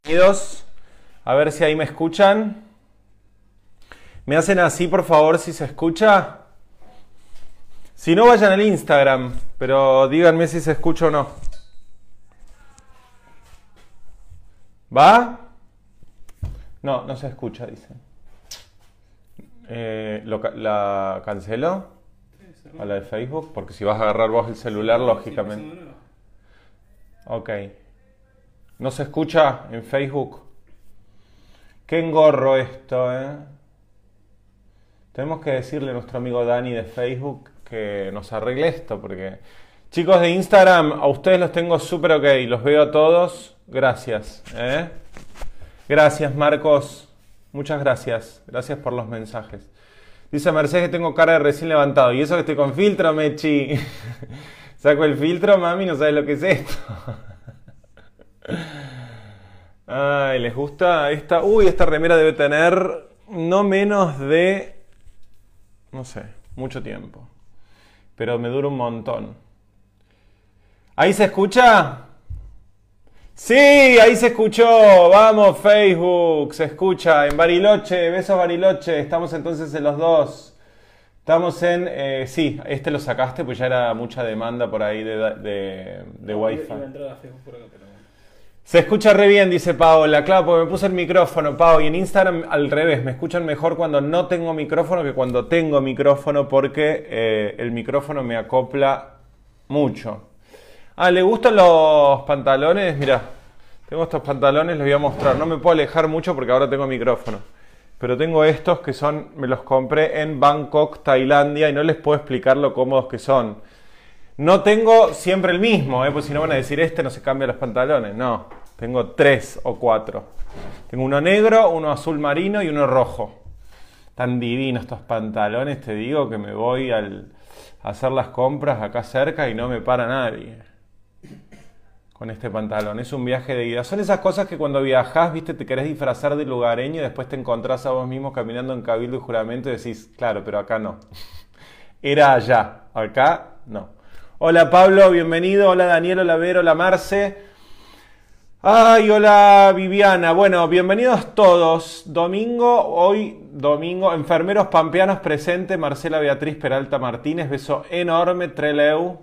Bienvenidos. A ver si ahí me escuchan. ¿Me hacen así, por favor, si se escucha? Si no, vayan al Instagram, pero díganme si se escucha o no. ¿Va? No, no se escucha, dicen. ¿La cancelo? A la de Facebook, porque si vas a agarrar vos el celular, lógicamente. Ok. ¿No se escucha en Facebook? Qué engorro esto, ¿eh? Tenemos que decirle a nuestro amigo Dani de Facebook que nos arregle esto, porque... Chicos de Instagram, a ustedes los tengo súper ok, los veo a todos. Gracias, ¿eh? Gracias, Marcos. Muchas gracias. Gracias por los mensajes. Dice Mercedes que tengo cara de recién levantado. Y eso que estoy con filtro, Mechi. Saco el filtro, mami, no sabes lo que es esto. Ay, ¿les gusta esta? Uy, esta remera debe tener no menos de... no sé, mucho tiempo. Pero me dura un montón. ¿Ahí se escucha? Sí, ahí se escuchó. Vamos, Facebook. Se escucha en Bariloche. Besos, Bariloche. Estamos entonces en los dos. Estamos en... sí, este lo sacaste, pues ya era mucha demanda por ahí de Wi-Fi. Iba a entrar a Facebook por acá, pero... Se escucha re bien, dice Paola. Claro, porque me puse el micrófono, Pau. Y en Instagram al revés. Me escuchan mejor cuando no tengo micrófono que cuando tengo micrófono, porque el micrófono me acopla mucho. Ah, ¿le gustan los pantalones? Mirá, tengo estos pantalones, les voy a mostrar. No me puedo alejar mucho porque ahora tengo micrófono. Pero tengo estos que son, me los compré en Bangkok, Tailandia, y no les puedo explicar lo cómodos que son. No tengo siempre el mismo, pues si no van a decir no se cambia los pantalones. No, tengo 3 o 4. Tengo uno negro, uno azul marino y uno rojo. Tan divinos estos pantalones, te digo que me voy a hacer las compras acá cerca y no me para nadie con este pantalón. Es un viaje de ida. Son esas cosas que cuando viajás, viste, te querés disfrazar de lugareño y después te encontrás a vos mismo caminando en Cabildo y Juramento y decís, claro, pero acá no. Era allá, acá no. Hola Pablo, bienvenido. Hola Daniel, hola Vero, hola Marce. Ay, hola Viviana. Bueno, bienvenidos todos. Hoy domingo, enfermeros pampeanos presente, Marcela Beatriz Peralta Martínez, beso enorme, Treleu.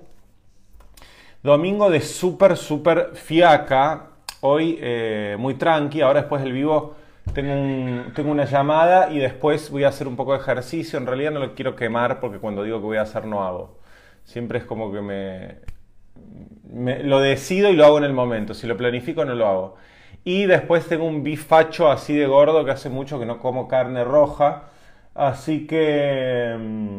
Domingo de súper fiaca, hoy muy tranqui, ahora después del vivo tengo una llamada y después voy a hacer un poco de ejercicio. En realidad no lo quiero quemar porque cuando digo que voy a hacer no hago. Siempre es como que lo decido y lo hago en el momento. Si lo planifico no lo hago. Y después tengo un bifacho así de gordo que hace mucho que no como carne roja. Así que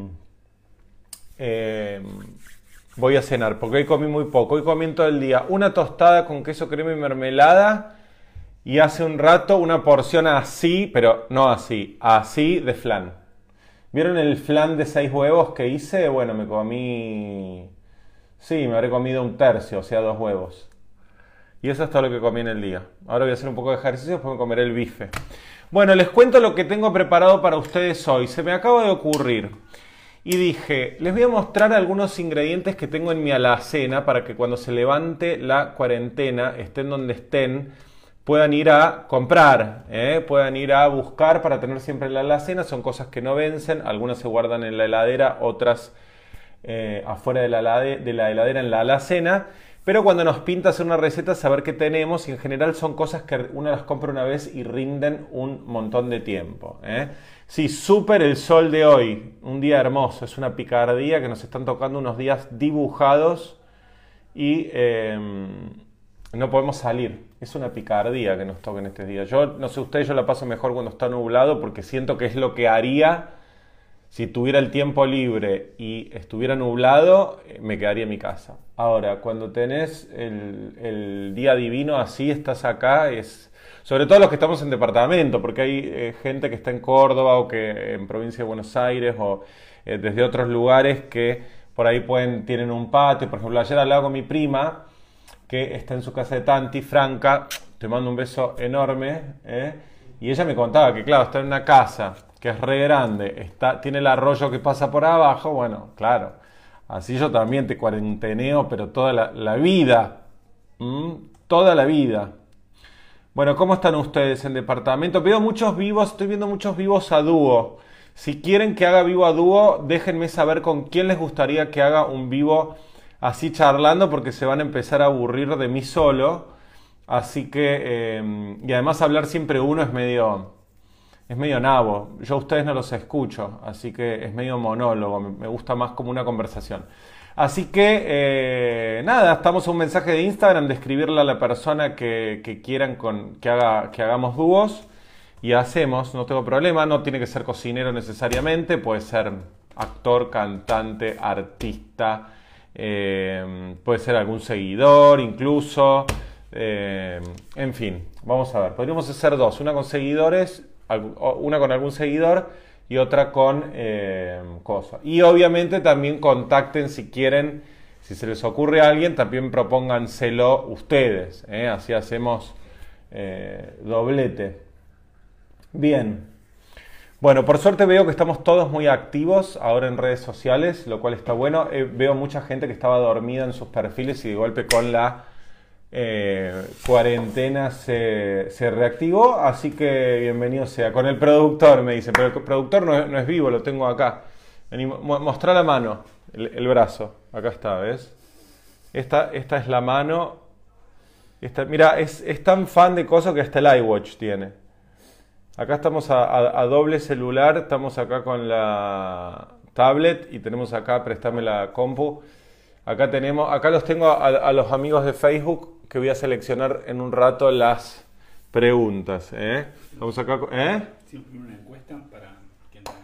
voy a cenar porque hoy comí muy poco. Hoy comí en todo el día una tostada con queso, crema y mermelada. Y hace un rato una porción así, pero no así, así de flan. ¿Vieron el flan de 6 huevos que hice? Bueno, me comí... sí, me habré comido un tercio, o sea, 2 huevos. Y eso es todo lo que comí en el día. Ahora voy a hacer un poco de ejercicio, después me comeré el bife. Bueno, les cuento lo que tengo preparado para ustedes hoy. Se me acaba de ocurrir. Y dije, les voy a mostrar algunos ingredientes que tengo en mi alacena para que cuando se levante la cuarentena, estén donde estén, puedan ir a comprar, puedan ir a buscar para tener siempre en la alacena. Son cosas que no vencen, algunas se guardan en la heladera, otras afuera de la heladera en la alacena. Pero cuando nos pinta hacer una receta, saber qué tenemos, y en general son cosas que uno las compra una vez y rinden un montón de tiempo. Sí, súper el sol de hoy, un día hermoso, es una picardía que nos están tocando unos días dibujados y no podemos salir. Es una picardía que nos toquen estos días. Yo, no sé ustedes, yo la paso mejor cuando está nublado porque siento que es lo que haría si tuviera el tiempo libre y estuviera nublado, me quedaría en mi casa. Ahora, cuando tenés el día divino así, estás acá, sobre todo los que estamos en departamento, porque hay gente que está en Córdoba o que en provincia de Buenos Aires o desde otros lugares que por ahí tienen un patio. Por ejemplo, ayer hablaba con mi prima que está en su casa de Tanti, Franca, te mando un beso enorme, y ella me contaba que claro, está en una casa que es re grande, tiene el arroyo que pasa por abajo. Bueno, claro, así yo también te cuarenteneo, pero toda la vida, toda la vida. Bueno, ¿cómo están ustedes en departamento? Veo muchos vivos, estoy viendo muchos vivos a dúo. Si quieren que haga vivo a dúo, déjenme saber con quién les gustaría que haga un vivo así charlando, porque se van a empezar a aburrir de mí solo. Así que, y además hablar siempre uno es medio nabo. Yo a ustedes no los escucho, así que es medio monólogo. Me gusta más como una conversación. Así que, nada, estamos a un mensaje de Instagram de escribirle a la persona que quieran que hagamos dúos y hacemos, no tengo problema, no tiene que ser cocinero necesariamente, puede ser actor, cantante, artista, puede ser algún seguidor incluso, en fin, vamos a ver, podríamos hacer dos, una con seguidores, una con algún seguidor y otra con cosas. Y obviamente también contacten si quieren, si se les ocurre a alguien, también propónganselo ustedes, así hacemos doblete. Bien. Bueno, por suerte veo que estamos todos muy activos ahora en redes sociales, lo cual está bueno. Veo mucha gente que estaba dormida en sus perfiles y de golpe con la cuarentena se reactivó, así que bienvenido sea. Con el productor me dicen, pero el productor no es vivo, lo tengo acá. Vení, mostrá la mano, el brazo. Acá está, ¿ves? Esta es la mano. Mira, es tan fan de cosas que hasta el iWatch tiene. Acá estamos a doble celular, estamos acá con la tablet y tenemos acá, préstame la compu. Acá los tengo a los amigos de Facebook que voy a seleccionar en un rato las preguntas. Vamos acá, Siempre una encuesta para que entre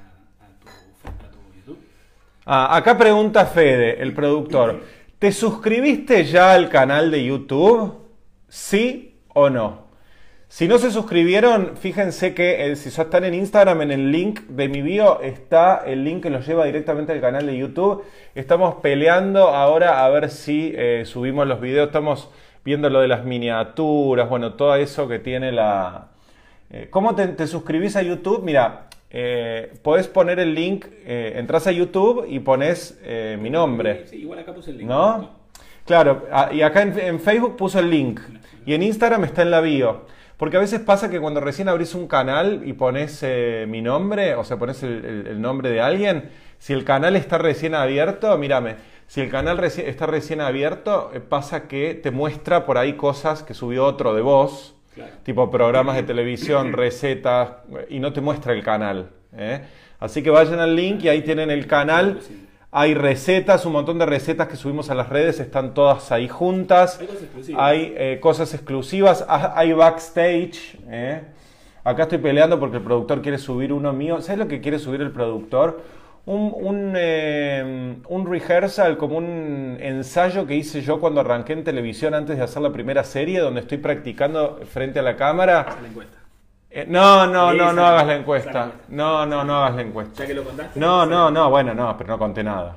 a tu YouTube. Acá pregunta Fede, el productor. ¿Te suscribiste ya al canal de YouTube? ¿Sí o no? Si no se suscribieron, fíjense que si ya están en Instagram, en el link de mi bio está el link que los lleva directamente al canal de YouTube. Estamos peleando ahora a ver si subimos los videos. Estamos viendo lo de las miniaturas, bueno, todo eso que tiene la... ¿Cómo te suscribís a YouTube? Mira, podés poner el link, entras a YouTube y pones mi nombre. Sí, igual acá puse el link. ¿No? Claro, y acá en Facebook puso el link y en Instagram está en la bio. Porque a veces pasa que cuando recién abrís un canal y pones mi nombre, o sea, pones el nombre de alguien, si el canal está recién abierto, mírame, si el canal está recién abierto, pasa que te muestra por ahí cosas que subió otro de vos, claro, tipo programas de televisión, recetas, y no te muestra el canal. Así que vayan al link y ahí tienen el canal. Hay recetas, un montón de recetas que subimos a las redes, están todas ahí juntas. Hay cosas exclusivas, hay backstage. Acá estoy peleando porque el productor quiere subir uno mío. ¿Sabes lo que quiere subir el productor? Un rehearsal, como un ensayo que hice yo cuando arranqué en televisión antes de hacer la primera serie, donde estoy practicando frente a la cámara. No hagas la encuesta. No hagas la encuesta. Ya que lo contaste. Bueno, pero no conté nada.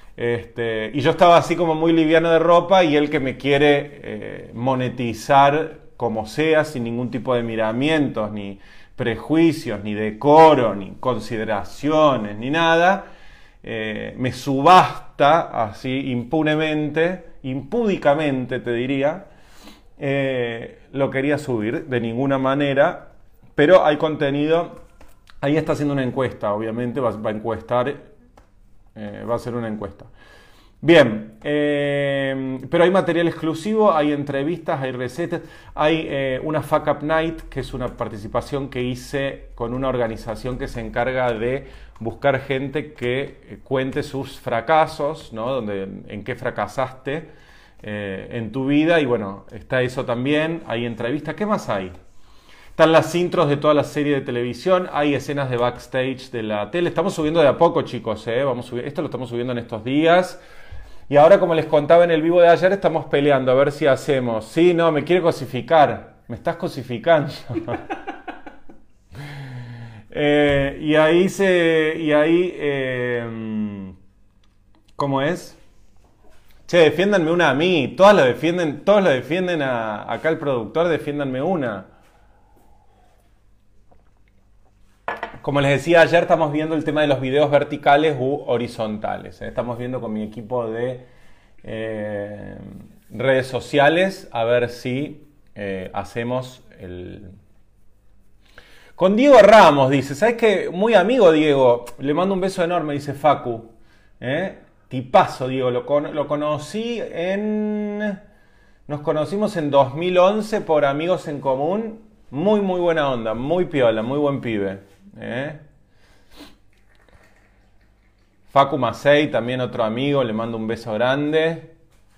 Y yo estaba así como muy liviano de ropa y él que me quiere monetizar como sea, sin ningún tipo de miramientos, ni prejuicios, ni decoro, ni consideraciones, ni nada, me subasta así impunemente, impúdicamente te diría, lo quería subir de ninguna manera. Pero hay contenido, ahí está haciendo una encuesta, obviamente, va a encuestar, va a hacer una encuesta. Bien, pero hay material exclusivo, hay entrevistas, hay recetas, hay una Fuck Up Night, que es una participación que hice con una organización que se encarga de buscar gente que cuente sus fracasos, ¿no? En qué fracasaste en tu vida, y bueno, está eso también, hay entrevistas, ¿qué más hay? Están las intros de toda la serie de televisión, hay escenas de backstage de la tele. Estamos subiendo de a poco, chicos, esto lo estamos subiendo en estos días. Y ahora, como les contaba en el vivo de ayer, estamos peleando a ver si hacemos. Sí, no, me quiere cosificar. Me estás cosificando. ¿Cómo es? Che, defiéndanme una a mí. Todos la defienden acá el productor, defiéndanme una. Como les decía ayer, estamos viendo el tema de los videos verticales u horizontales. Estamos viendo con mi equipo de redes sociales a ver si hacemos Con Diego Ramos, dice, ¿sabes qué? Muy amigo Diego, le mando un beso enorme, dice Facu. Tipazo, Diego, lo conocí Nos conocimos en 2011 por amigos en común. Muy, muy buena onda, muy piola, muy buen pibe. Facu Macei, también otro amigo, le mando un beso grande.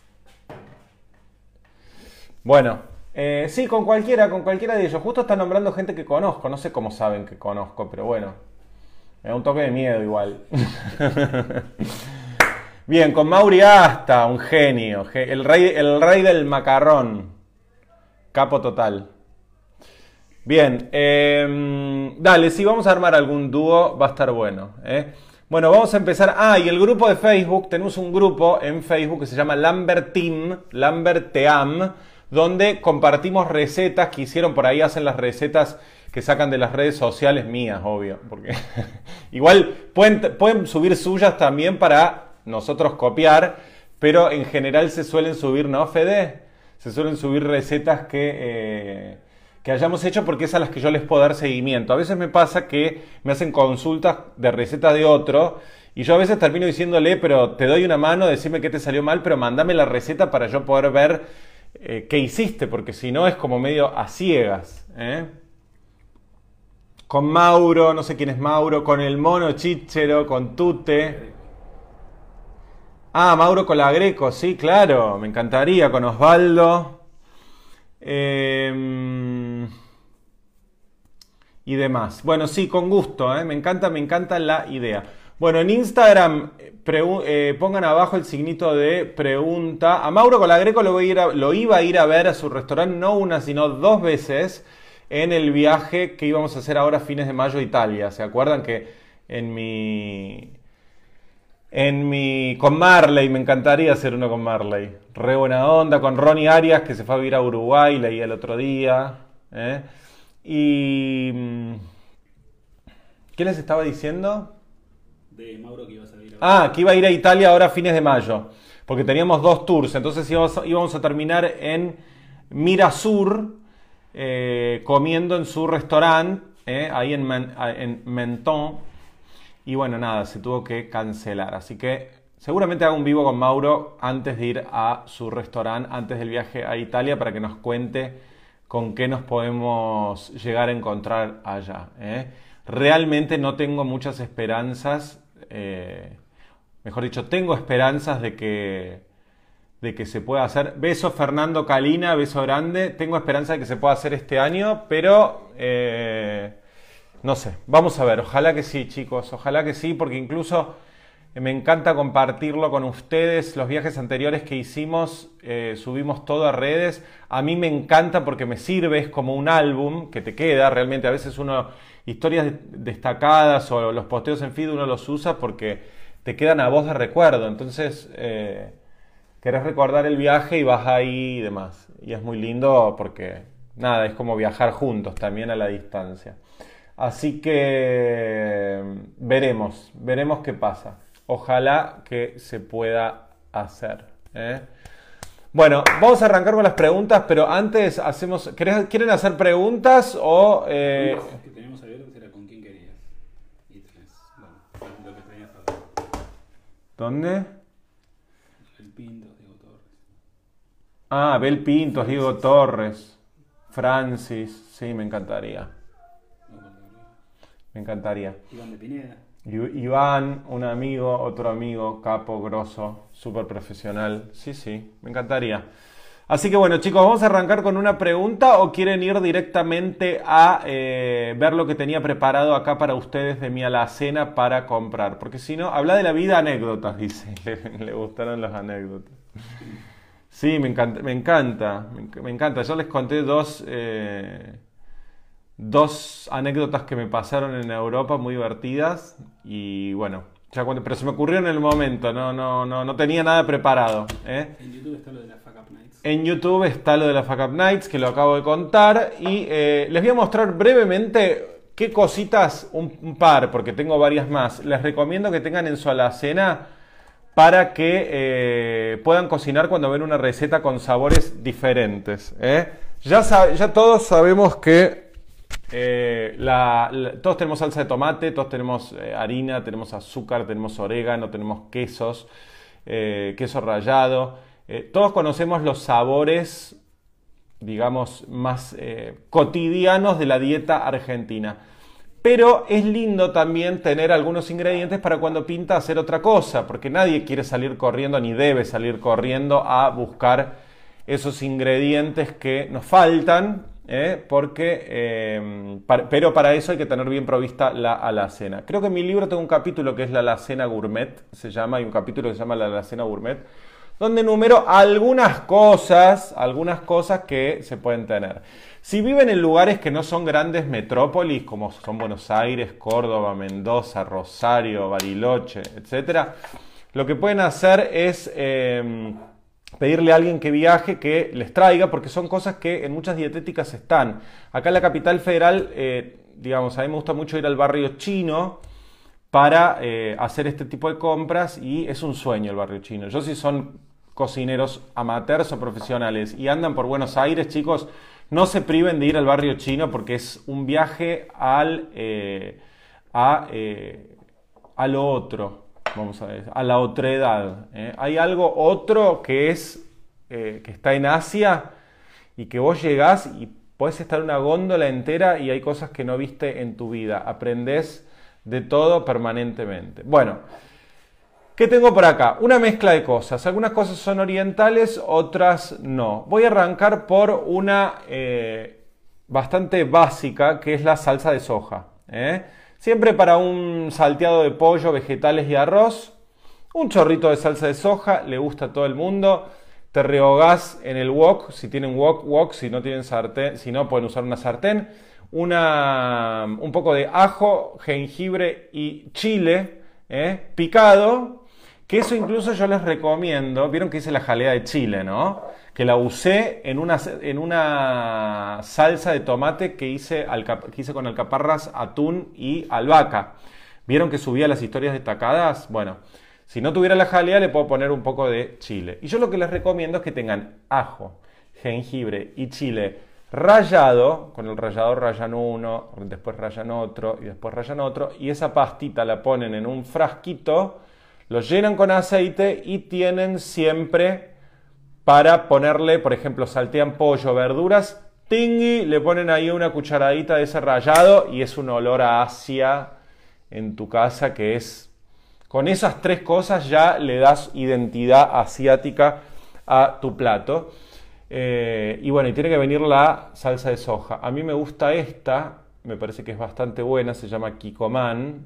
Bueno, sí, con cualquiera de ellos. Justo están nombrando gente que conozco, no sé cómo saben que conozco, pero bueno. Me da un toque de miedo igual. Bien, con Mauri Asta, un genio. El rey del macarrón. Capo total. Bien, dale, sí, vamos a armar algún dúo, va a estar bueno. Bueno, vamos a empezar. Y el grupo de Facebook, tenemos un grupo en Facebook que se llama Lambert Team, Lambert Team, donde compartimos recetas que hicieron. Por ahí hacen las recetas que sacan de las redes sociales mías, obvio. Porque igual pueden subir suyas también para nosotros copiar, pero en general se suelen subir, ¿no, Fede? Se suelen subir recetas que hayamos hecho porque es a las que yo les puedo dar seguimiento. A veces me pasa que me hacen consultas de recetas de otro y yo a veces termino diciéndole, pero te doy una mano, decime qué te salió mal, pero mándame la receta para yo poder ver qué hiciste, porque si no es como medio a ciegas. Con Mauro, no sé quién es Mauro, con el mono Chichero, con Tute. Mauro Colagreco, sí, claro, me encantaría, con Osvaldo. Y demás. Bueno, sí, con gusto, me encanta la idea. Bueno, en Instagram pongan abajo el signito de pregunta. A Mauro Colagreco lo iba a ir a ver a su restaurante, no una, sino 2 veces en el viaje que íbamos a hacer ahora fines de mayo a Italia. ¿Se acuerdan que con Marley, me encantaría hacer uno con Marley? Re buena onda, con Ronnie Arias, que se fue a vivir a Uruguay, leí el otro día. Y... ¿qué les estaba diciendo? De Mauro que ibas a ir que iba a ir a Italia ahora a fines de mayo, porque teníamos 2 tours, entonces íbamos a terminar en Mirasur, comiendo en su restaurante, ahí en Menton. Y bueno, nada, se tuvo que cancelar. Así que seguramente hago un vivo con Mauro antes de ir a su restaurante, antes del viaje a Italia, para que nos cuente con qué nos podemos llegar a encontrar allá. Realmente no tengo muchas esperanzas, mejor dicho, tengo esperanzas de que se pueda hacer. Beso Fernando Calina, beso grande. Tengo esperanza de que se pueda hacer este año, pero... no sé, vamos a ver, ojalá que sí, chicos, ojalá que sí, porque incluso me encanta compartirlo con ustedes. Los viajes anteriores que hicimos, subimos todo a redes. A mí me encanta porque me sirve, es como un álbum que te queda. Realmente a veces historias destacadas o los posteos en feed uno los usa porque te quedan a vos de recuerdo. Entonces, querés recordar el viaje y vas ahí y demás. Y es muy lindo porque, nada, es como viajar juntos también a la distancia. Así que veremos qué pasa. Ojalá que se pueda hacer. Bueno, vamos a arrancar con las preguntas, pero antes ¿quieren hacer preguntas o...? Los que teníamos abiertos era con quién querías. Y bueno, lo que tenías hablado. ¿Dónde? El Pintos, Diego Torres. Abel Pintos, Diego Torres, Francis, sí, me encantaría. Me encantaría. Iván de Pineda. Iván, un amigo, otro amigo, capo, grosso, súper profesional. Sí, me encantaría. Así que bueno, chicos, vamos a arrancar con una pregunta o quieren ir directamente a ver lo que tenía preparado acá para ustedes de mi alacena para comprar. Porque si no, habla de la vida, anécdotas, dice. Le gustaron las anécdotas. Sí, me encanta. Yo les conté dos anécdotas que me pasaron en Europa muy divertidas y bueno, pero se me ocurrió en el momento, no tenía nada preparado. En YouTube está lo de la Fuck Up Nights. En YouTube está lo de la Fuck Up Nights, que lo acabo de contar, y les voy a mostrar brevemente qué cositas, un par, porque tengo varias más, les recomiendo que tengan en su alacena para que puedan cocinar cuando ven una receta con sabores diferentes. Ya todos sabemos que todos tenemos salsa de tomate, todos tenemos harina, tenemos azúcar, tenemos orégano, tenemos quesos, queso rallado. Todos conocemos los sabores, digamos, más cotidianos de la dieta argentina. Pero es lindo también tener algunos ingredientes para cuando pinta hacer otra cosa, porque nadie quiere salir corriendo ni debe salir corriendo a buscar esos ingredientes que nos faltan, pero para eso hay que tener bien provista la alacena. Creo que en mi libro tengo un capítulo que es la alacena gourmet, se llama, hay un capítulo que se llama la alacena gourmet, donde enumero algunas cosas que se pueden tener. Si viven en lugares que no son grandes metrópolis, como son Buenos Aires, Córdoba, Mendoza, Rosario, Bariloche, etc., lo que pueden hacer es pedirle a alguien que viaje que les traiga, porque son cosas que en muchas dietéticas están. Acá en la capital federal, digamos, a mí me gusta mucho ir al barrio chino para hacer este tipo de compras y es un sueño el barrio chino. Yo, si son cocineros amateurs o profesionales y andan por Buenos Aires, chicos, no se priven de ir al barrio chino porque es un viaje a lo otro, vamos a ver, a la otredad. Hay algo otro que está en Asia y que vos llegás y podés estar en una góndola entera y hay cosas que no viste en tu vida. Aprendés de todo permanentemente. Bueno, ¿qué tengo por acá? Una mezcla de cosas. Algunas cosas son orientales, otras no. Voy a arrancar por una bastante básica, que es la salsa de soja. Siempre para un salteado de pollo, vegetales y arroz, un chorrito de salsa de soja, le gusta a todo el mundo. Te rehogás en el wok, si tienen wok, si no tienen sartén, si no pueden usar una sartén. Un poco de ajo, jengibre y chile picado, que eso incluso yo les recomiendo. Vieron que hice la jalea de chile, ¿no? Que la usé en una salsa de tomate que hice con alcaparras, atún y albahaca. ¿Vieron que subía las historias destacadas? Bueno, si no tuviera la jalea le puedo poner un poco de chile. Y yo lo que les recomiendo es que tengan ajo, jengibre y chile rallado. Con el rallador rayan uno, después rayan otro y después rayan otro, y esa pastita la ponen en un frasquito, lo llenan con aceite y tienen siempre para ponerle, por ejemplo, saltean pollo, verduras, tingui, le ponen ahí una cucharadita de ese rallado y es un olor a Asia en tu casa que es, con esas tres cosas ya le das identidad asiática a tu plato. Y bueno, y tiene que venir la salsa de soja. A mí me gusta esta, me parece que es bastante buena, se llama Kikkoman.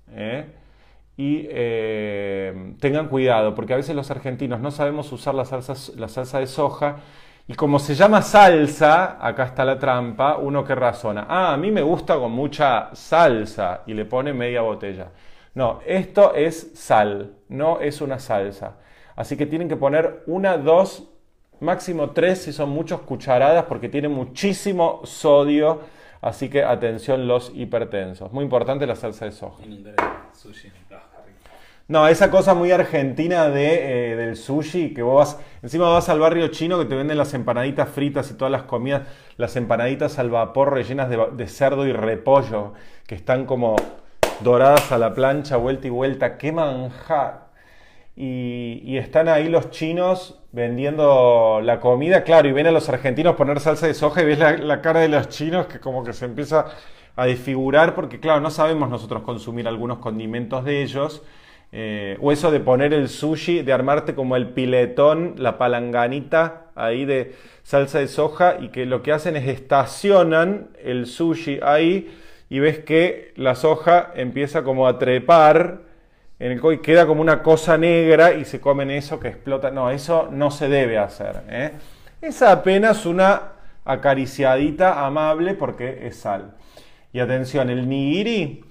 Y tengan cuidado, porque a veces los argentinos no sabemos usar la salsa de soja. Y como se llama salsa, acá está la trampa, uno que razona. A mí me gusta con mucha salsa, y le pone media botella. No, esto es sal, no es una salsa. Así que tienen que poner una, dos, máximo 3 si son muchas cucharadas, porque tiene muchísimo sodio, así que atención los hipertensos. Muy importante la salsa de soja. Sushi. No, esa cosa muy argentina del sushi, que vos encima vas al barrio chino que te venden las empanaditas fritas y todas las comidas, las empanaditas al vapor rellenas de cerdo y repollo, que están como doradas a la plancha, vuelta y vuelta. ¡Qué manjar! Y están ahí los chinos vendiendo la comida, claro, y ven a los argentinos poner salsa de soja y ves la cara de los chinos que como que se empieza a desfigurar, porque claro, no sabemos nosotros consumir algunos condimentos de ellos, o eso de poner el sushi, de armarte como el piletón, la palanganita ahí de salsa de soja, y que lo que hacen es estacionan el sushi ahí y ves que la soja empieza como a trepar en el y queda como una cosa negra y se comen eso que explota. No, eso no se debe hacer. Es apenas una acariciadita amable porque es sal. Y atención, el nigiri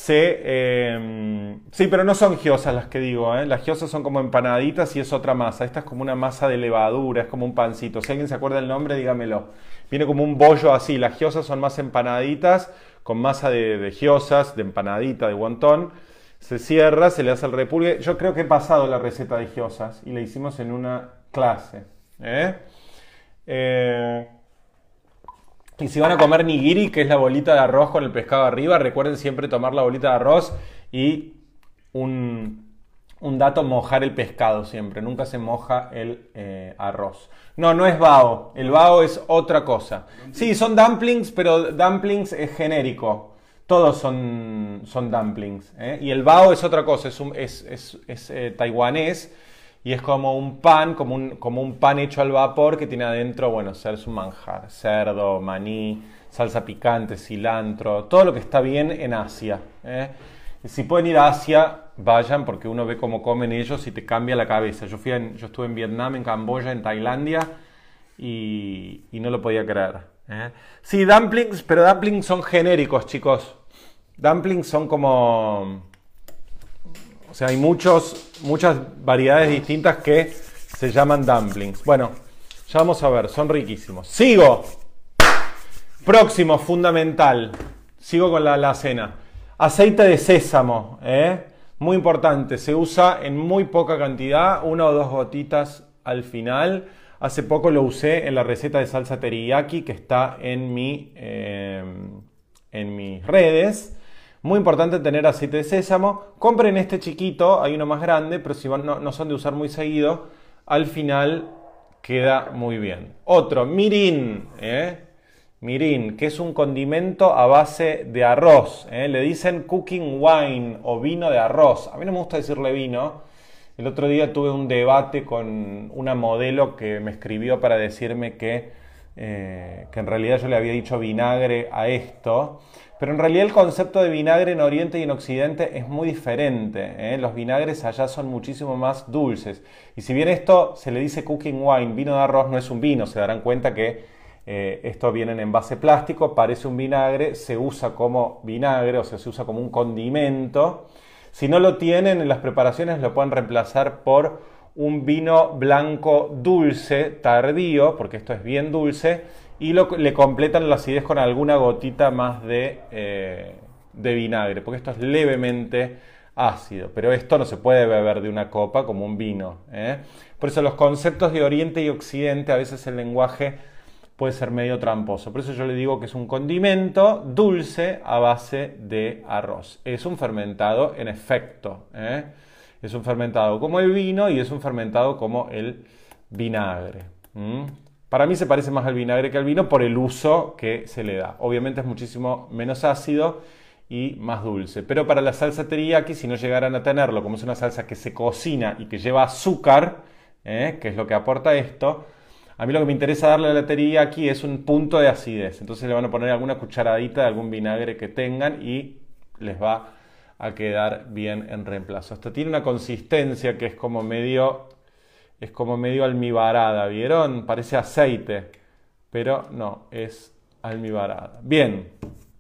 sí, pero no son gyozas las que digo. Las gyozas son como empanaditas y es otra masa. Esta es como una masa de levadura, es como un pancito. Si alguien se acuerda el nombre, dígamelo. Viene como un bollo así. Las gyozas son más empanaditas con masa de gyozas, de empanadita, de wonton. Se cierra, se le hace el repulgue. Yo creo que he pasado la receta de gyozas y la hicimos en una clase. Y si van a comer nigiri, que es la bolita de arroz con el pescado arriba, recuerden siempre tomar la bolita de arroz y un dato, mojar el pescado siempre. Nunca se moja el arroz. No, no es bao. El bao es otra cosa. Sí, son dumplings, pero dumplings es genérico. Todos son dumplings. Y el bao es otra cosa. Es taiwanés. Y es como un pan, como un pan hecho al vapor que tiene adentro, bueno, es un manjar. Cerdo, maní, salsa picante, cilantro, todo lo que está bien en Asia. Si pueden ir a Asia, vayan porque uno ve cómo comen ellos y te cambia la cabeza. Yo estuve en Vietnam, en Camboya, en Tailandia y no lo podía creer. Sí, dumplings, pero dumplings son genéricos, chicos. Dumplings son como... O sea, hay muchas variedades distintas que se llaman dumplings. Bueno, ya vamos a ver, son riquísimos. Sigo. Próximo, fundamental. Sigo con la alacena. Aceite de sésamo, muy importante. Se usa en muy poca cantidad, 1 o 2 gotitas al final. Hace poco lo usé en la receta de salsa teriyaki que está en mis redes. Muy importante tener aceite de sésamo. Compren este chiquito, hay uno más grande, pero si no son de usar muy seguido, al final queda muy bien. Otro, mirin, mirin, que es un condimento a base de arroz. Le dicen cooking wine o vino de arroz. A mí no me gusta decirle vino. El otro día tuve un debate con una modelo que me escribió para decirme que en realidad yo le había dicho vinagre a esto. Pero en realidad el concepto de vinagre en Oriente y en Occidente es muy diferente. Los vinagres allá son muchísimo más dulces. Y si bien esto se le dice cooking wine, vino de arroz, no es un vino. Se darán cuenta que esto viene en envase plástico, parece un vinagre, se usa como vinagre, o sea, se usa como un condimento. Si no lo tienen en las preparaciones, lo pueden reemplazar por un vino blanco dulce, tardío, porque esto es bien dulce, y le completan la acidez con alguna gotita más de vinagre, porque esto es levemente ácido, pero esto no se puede beber de una copa como un vino. Por eso los conceptos de Oriente y Occidente, a veces el lenguaje puede ser medio tramposo. Por eso yo le digo que es un condimento dulce a base de arroz. Es un fermentado en efecto. Es un fermentado como el vino y es un fermentado como el vinagre. Para mí se parece más al vinagre que al vino por el uso que se le da. Obviamente es muchísimo menos ácido y más dulce. Pero para la salsa teriyaki, si no llegaran a tenerlo, como es una salsa que se cocina y que lleva azúcar, que es lo que aporta esto, a mí lo que me interesa darle a la teriyaki es un punto de acidez. Entonces le van a poner alguna cucharadita de algún vinagre que tengan y les va a quedar bien en reemplazo. Hasta tiene una consistencia que es como medio almibarada, ¿vieron? Parece aceite, pero no, es almibarada. Bien.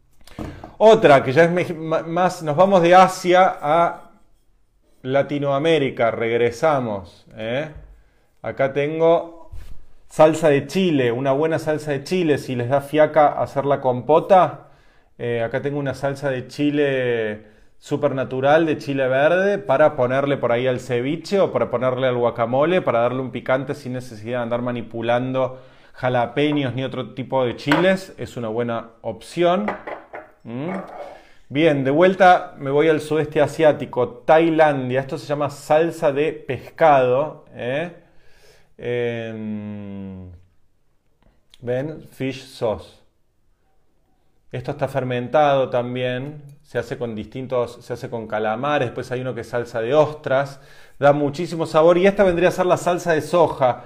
Otra que ya es más, nos vamos de Asia a Latinoamérica, regresamos. Acá tengo salsa de chile, una buena salsa de chile, si les da fiaca hacer la compota. Acá tengo una salsa de chile súper natural, de chile verde, para ponerle por ahí al ceviche o para ponerle al guacamole, para darle un picante sin necesidad de andar manipulando jalapeños ni otro tipo de chiles. Es una buena opción. Bien, de vuelta me voy al sudeste asiático, Tailandia. Esto se llama salsa de pescado. ¿Ven? Fish sauce. Esto está fermentado también, se hace con calamares, después hay uno que es salsa de ostras, da muchísimo sabor y esta vendría a ser la salsa de soja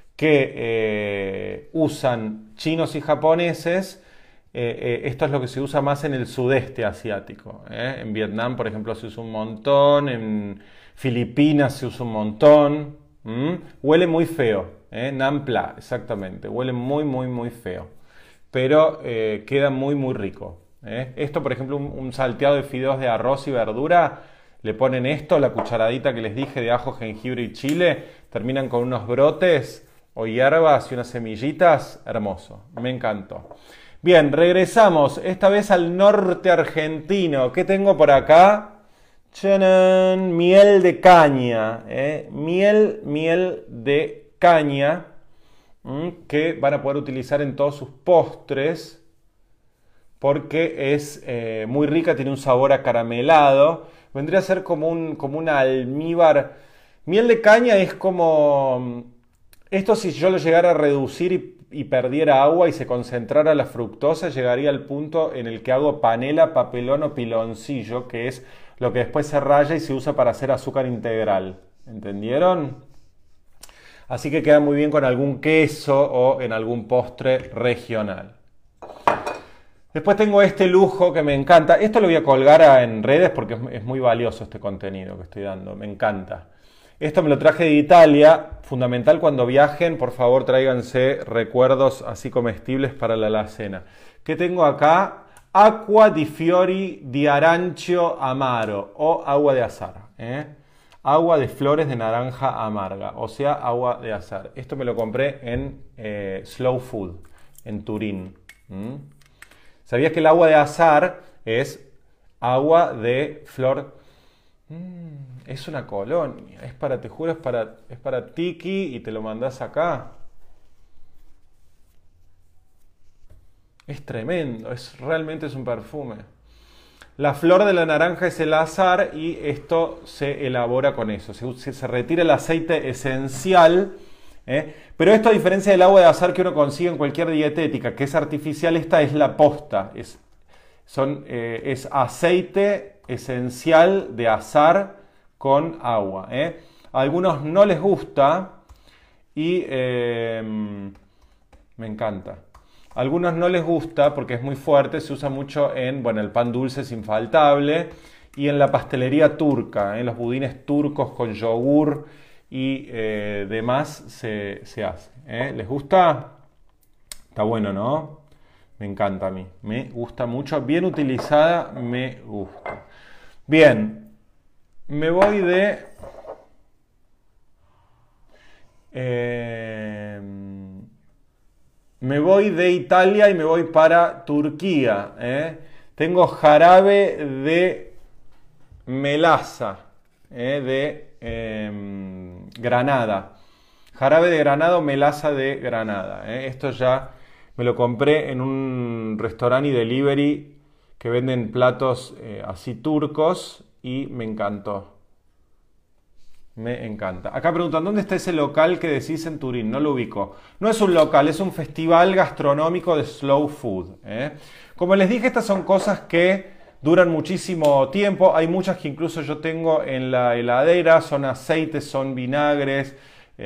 que usan chinos y japoneses. Esto es lo que se usa más en el sudeste asiático. En Vietnam, por ejemplo, se usa un montón, en Filipinas se usa un montón. Huele muy feo, Nam Pla, exactamente, huele muy, muy, muy feo. Pero queda muy muy rico. Esto, por ejemplo, un salteado de fideos de arroz y verdura, le ponen esto, la cucharadita que les dije de ajo, jengibre y chile, terminan con unos brotes o hierbas y unas semillitas, hermoso, me encantó. Bien, regresamos, esta vez al norte argentino. ¿Qué tengo por acá? ¡Chanan! Miel de caña, miel de caña, que van a poder utilizar en todos sus postres. porque es muy rica, tiene un sabor acaramelado. Vendría a ser como un almíbar. Miel de caña es como... Esto si yo lo llegara a reducir y perdiera agua y se concentrara la fructosa, llegaría al punto en el que hago panela, papelón o piloncillo, que es lo que después se raya y se usa para hacer azúcar integral. ¿Entendieron? Así que queda muy bien con algún queso o en algún postre regional. Después tengo este lujo que me encanta. Esto lo voy a colgar en redes porque es muy valioso este contenido que estoy dando. Me encanta. Esto me lo traje de Italia. Fundamental cuando viajen, por favor tráiganse recuerdos así comestibles para la alacena. ¿Qué tengo acá? Acqua di fiori di arancio amaro o agua de azar. Agua de flores de naranja amarga, o sea, agua de azar. Esto me lo compré en Slow Food, en Turín. ¿Sabías que el agua de azar es agua de flor? Es una colonia, es para, te juro, es para tiki y te lo mandás acá. Es tremendo, realmente es un perfume. La flor de la naranja es el azar y esto se elabora con eso. Se retira el aceite esencial. Pero esto, a diferencia del agua de azar que uno consigue en cualquier dietética, que es artificial, esta es la posta. Es aceite esencial de azar con agua. A algunos no les gusta y me encanta. A algunos no les gusta porque es muy fuerte, se usa mucho en, bueno, el pan dulce es infaltable y en la pastelería turca, en los budines turcos con yogur y demás se hace. ¿Les gusta? Está bueno, ¿no? Me encanta a mí, me gusta mucho, bien utilizada, me gusta. Bien, me voy de... Me voy de Italia y me voy para Turquía. Tengo jarabe de melaza, de Granada. Jarabe de Granada o melaza de Granada. Esto ya me lo compré en un restaurante y delivery que venden platos así turcos y me encantó. Me encanta. Acá preguntan, ¿dónde está ese local que decís en Turín? No lo ubico. No es un local, es un festival gastronómico de slow food. Como les dije, estas son cosas que duran muchísimo tiempo. Hay muchas que incluso yo tengo en la heladera. Son aceites, son vinagres.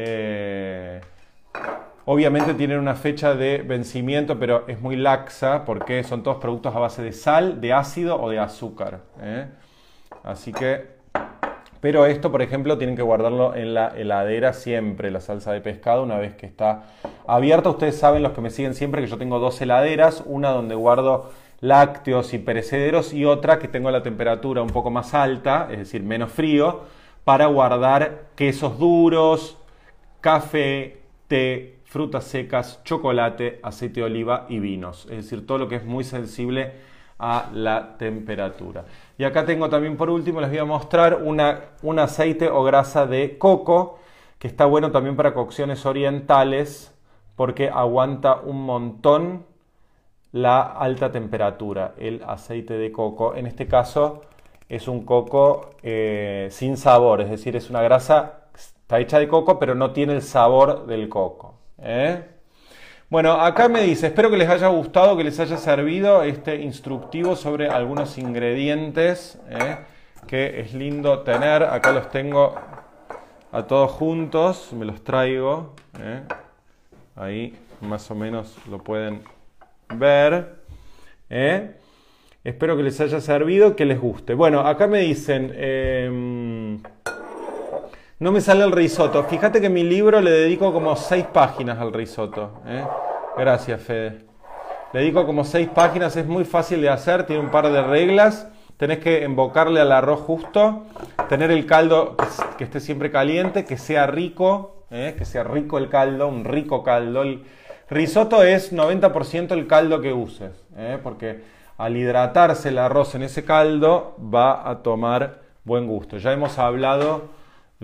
Obviamente tienen una fecha de vencimiento, pero es muy laxa porque son todos productos a base de sal, de ácido o de azúcar. Así que... Pero esto, por ejemplo, tienen que guardarlo en la heladera siempre, la salsa de pescado, una vez que está abierta. Ustedes saben, los que me siguen siempre, que yo tengo dos heladeras, una donde guardo lácteos y perecederos y otra que tengo la temperatura un poco más alta, es decir, menos frío, para guardar quesos duros, café, té, frutas secas, chocolate, aceite de oliva y vinos. Es decir, todo lo que es muy sensible a la temperatura. Y acá tengo también, por último, les voy a mostrar un aceite o grasa de coco, que está bueno también para cocciones orientales, porque aguanta un montón la alta temperatura, el aceite de coco. En este caso es un coco sin sabor, es decir, es una grasa, está hecha de coco, pero no tiene el sabor del coco. Bueno, acá me dice, espero que les haya gustado, que les haya servido este instructivo sobre algunos ingredientes que es lindo tener. Acá los tengo a todos juntos, me los traigo. Ahí más o menos lo pueden ver. Espero que les haya servido, que les guste. Bueno, acá me dicen... No me sale el risotto. Fíjate que en mi libro le dedico como 6 páginas al risotto. Gracias, Fede. Le dedico como 6 páginas. Es muy fácil de hacer. Tiene un par de reglas. Tenés que embocarle al arroz justo. Tener el caldo que esté siempre caliente. Que sea rico. Que sea rico el caldo. Un rico caldo. El risotto es 90% el caldo que uses. Porque al hidratarse el arroz en ese caldo va a tomar buen gusto. Ya hemos hablado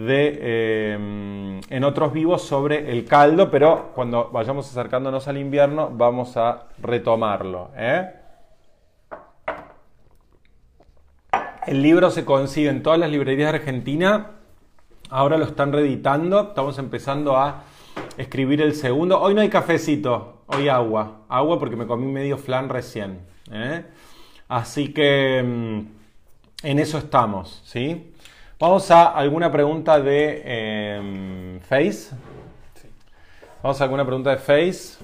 en otros vivos sobre el caldo, pero cuando vayamos acercándonos al invierno vamos a retomarlo. El libro se consigue en todas las librerías de Argentina. Ahora lo están reeditando. Estamos empezando a escribir el segundo. Hoy no hay cafecito, hoy agua. Agua porque me comí medio flan recién. Así que en eso estamos, ¿sí? Vamos a alguna pregunta de Face. Sí. Vamos a alguna pregunta de Face.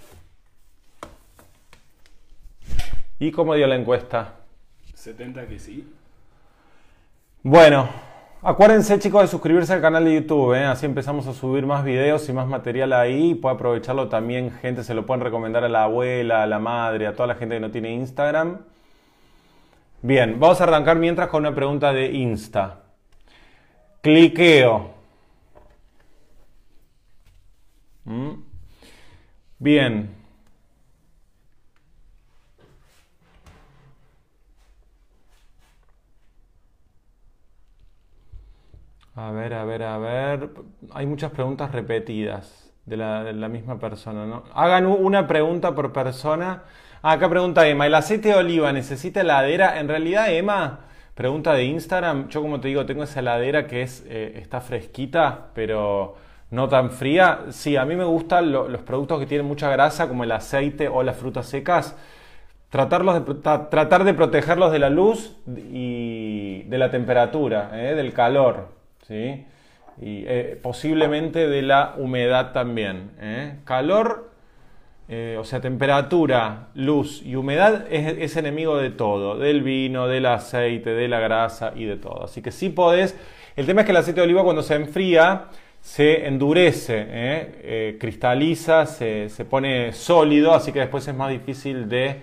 ¿Y cómo dio la encuesta? 70 que sí. Bueno, acuérdense, chicos, de suscribirse al canal de YouTube, así empezamos a subir más videos y más material ahí. Puede aprovecharlo también, gente, se lo pueden recomendar a la abuela, a la madre, a toda la gente que no tiene Instagram. Bien, vamos a arrancar mientras con una pregunta de Insta. Cliqueo. Bien. A ver. Hay muchas preguntas repetidas de la misma persona, ¿no? Hagan una pregunta por persona. Acá pregunta Emma, ¿el aceite de oliva necesita heladera? En realidad, Emma, pregunta de Instagram. Yo, como te digo, tengo esa heladera que está fresquita, pero no tan fría. Sí, a mí me gustan los productos que tienen mucha grasa, como el aceite o las frutas secas. Tratar de protegerlos de la luz y de la temperatura, del calor, ¿sí? Y posiblemente de la humedad también. Calor, o sea, temperatura, luz y humedad es enemigo de todo, del vino, del aceite, de la grasa y de todo. Así que sí podés. El tema es que el aceite de oliva cuando se enfría se endurece, cristaliza, se pone sólido, así que después es más difícil de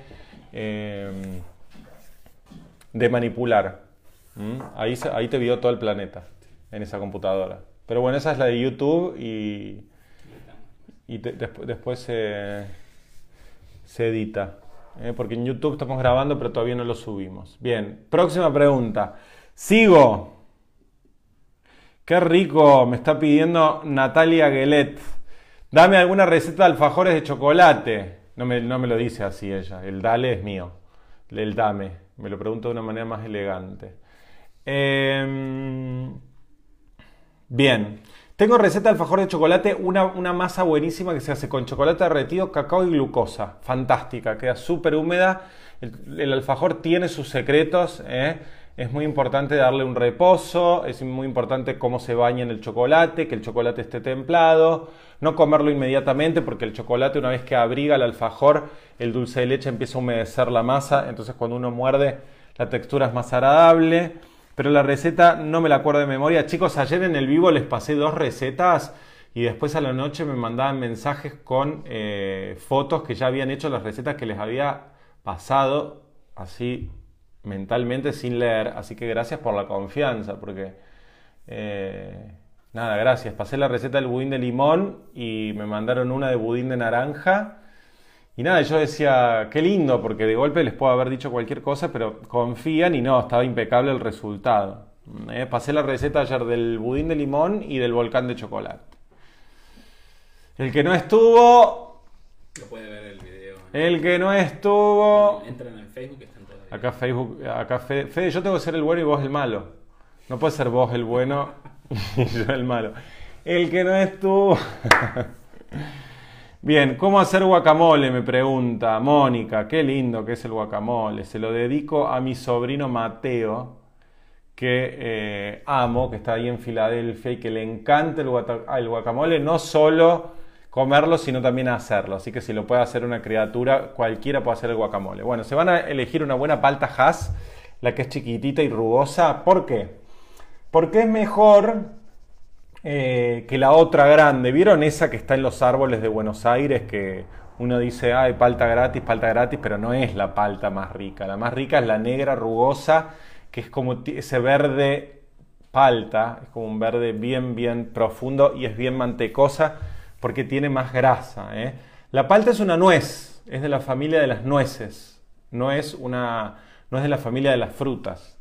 manipular. Ahí te vio todo el planeta en esa computadora. Pero bueno, esa es la de YouTube y después se edita. Porque en YouTube estamos grabando, pero todavía no lo subimos. Bien, próxima pregunta. Sigo. Qué rico, me está pidiendo Natalia Guelet. Dame alguna receta de alfajores de chocolate. No me lo dice así ella. El dale es mío. El dame. Me lo pregunto de una manera más elegante. Bien. Tengo receta de alfajores de chocolate. Una masa buenísima que se hace con chocolate derretido, cacao y glucosa. Fantástica. Queda súper húmeda. El alfajor tiene sus secretos. Es muy importante darle un reposo, es muy importante cómo se baña en el chocolate, que el chocolate esté templado, no comerlo inmediatamente porque el chocolate, una vez que abriga el alfajor, el dulce de leche empieza a humedecer la masa, entonces cuando uno muerde la textura es más agradable. Pero la receta no me la acuerdo de memoria. Chicos, ayer en el vivo les pasé 2 recetas y después a la noche me mandaban mensajes con fotos que ya habían hecho las recetas que les había pasado así mentalmente sin leer, así que gracias por la confianza, porque nada, gracias. Pasé la receta del budín de limón y me mandaron una de budín de naranja y nada, yo decía, qué lindo, porque de golpe les puedo haber dicho cualquier cosa, pero confían y no, estaba impecable el resultado. Pasé la receta ayer del budín de limón y del volcán de chocolate. El que no estuvo... Lo puede ver el video. El que no estuvo... Entran en Facebook que están todos. Acá Facebook, Fede, yo tengo que ser el bueno y vos el malo. No puede ser vos el bueno y yo el malo. El que no estuvo... Bien, ¿cómo hacer guacamole? Me pregunta Mónica. Qué lindo que es el guacamole. Se lo dedico a mi sobrino Mateo, que amo, que está ahí en Filadelfia y que le encanta el guacamole, no solo comerlo, sino también hacerlo. Así que si lo puede hacer una criatura, cualquiera puede hacer el guacamole. Bueno, se van a elegir una buena palta Hass, la que es chiquitita y rugosa. ¿Por qué? Porque es mejor que la otra grande. ¿Vieron esa que está en los árboles de Buenos Aires? Que uno dice, ay, palta gratis, pero no es la palta más rica. La más rica es la negra rugosa, que es como ese verde palta, es como un verde bien, bien profundo y es bien mantecosa, porque tiene más grasa. La palta es una nuez, es de la familia de las nueces, no es de la familia de las frutas.